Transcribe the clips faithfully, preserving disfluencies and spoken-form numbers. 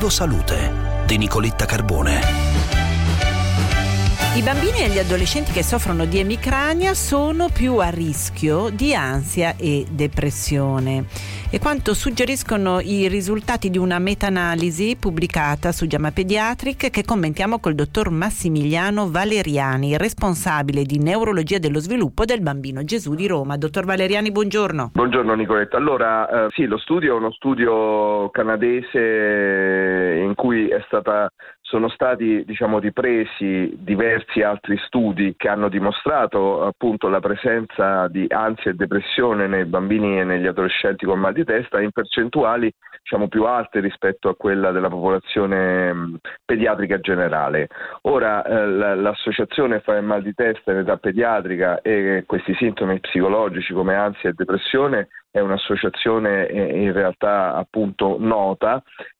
Obiettivo Salute di Nicoletta Carbone. I bambini e gli adolescenti che soffrono di emicrania sono più a rischio di ansia e depressione. E quanto suggeriscono i risultati di una meta-analisi pubblicata su JAMA Pediatric che commentiamo col dottor Massimiliano Valeriani, responsabile di neurologia dello sviluppo del Bambino Gesù di Roma. Dottor Valeriani, buongiorno. Buongiorno Nicoletta. Allora, eh, sì, lo studio è uno studio canadese in cui è stata sono stati diciamo ripresi diversi altri studi che hanno dimostrato appunto la presenza di ansia e depressione nei bambini e negli adolescenti con mal di testa in percentuali diciamo più alte rispetto a quella della popolazione mh, pediatrica generale. Ora eh, l'associazione fra il mal di testa in età pediatrica e questi sintomi psicologici come ansia e depressione è un'associazione eh, in realtà appunto nota,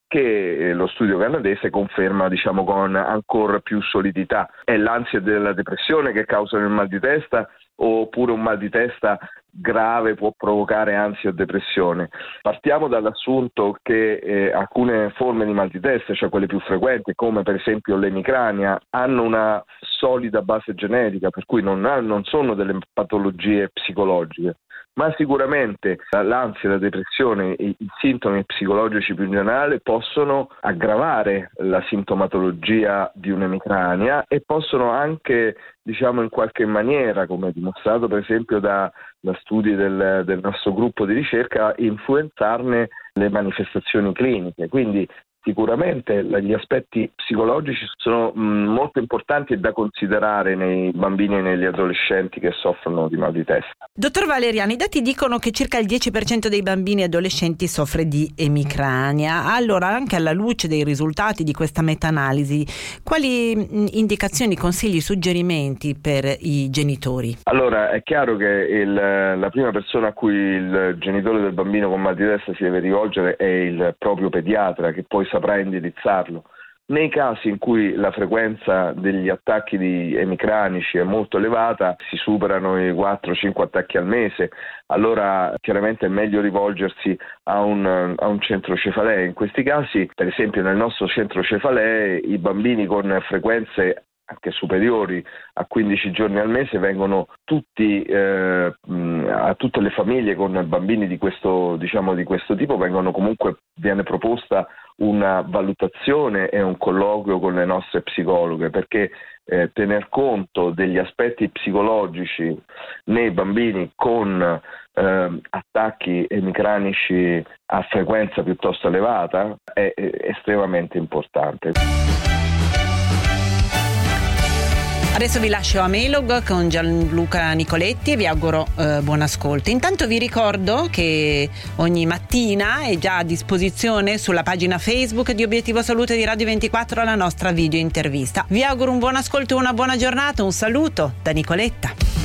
che lo studio canadese conferma diciamo con ancora più solidità. È l'ansia della depressione che causa il mal di testa oppure un mal di testa grave può provocare ansia o depressione? Partiamo dall'assunto che eh, alcune forme di mal di testa, cioè quelle più frequenti come per esempio l'emicrania, hanno una solida base genetica, per cui non, ha, non sono delle patologie psicologiche. Ma sicuramente l'ansia, la depressione, i, i sintomi psicologici più in generale possono aggravare la sintomatologia di un'emicrania e possono anche, diciamo in qualche maniera, come dimostrato per esempio da, da studi del, del nostro gruppo di ricerca, influenzarne le manifestazioni cliniche. Quindi sicuramente gli aspetti psicologici sono mh, molto importanti e da considerare nei bambini e negli adolescenti che soffrono di mal di testa. Dottor Valeriani, i dati dicono che circa il dieci per cento dei bambini e adolescenti soffre di emicrania. Allora, anche alla luce dei risultati di questa meta-analisi, quali mh, indicazioni, consigli, suggerimenti per i genitori? Allora, è chiaro che il, la prima persona a cui il genitore del bambino con mal di testa si deve rivolgere è il proprio pediatra, che poi saprà indirizzarlo. Nei casi in cui la frequenza degli attacchi di emicranici è molto elevata, si superano i quattro cinque attacchi al mese, allora chiaramente è meglio rivolgersi a un, a un centro cefalee. In questi casi, per esempio nel nostro centro cefalee, i bambini con frequenze anche superiori a quindici giorni al mese vengono tutti eh, a tutte le famiglie con bambini di questo diciamo di questo tipo vengono comunque viene proposta una valutazione e un colloquio con le nostre psicologhe, perché eh, tener conto degli aspetti psicologici nei bambini con eh, attacchi emicranici a frequenza piuttosto elevata è, è estremamente importante. Adesso vi lascio a Melog con Gianluca Nicoletti e vi auguro eh, buon ascolto. Intanto vi ricordo che ogni mattina è già a disposizione sulla pagina Facebook di Obiettivo Salute di Radio ventiquattro la nostra video intervista. Vi auguro un buon ascolto e una buona giornata. Un saluto da Nicoletta.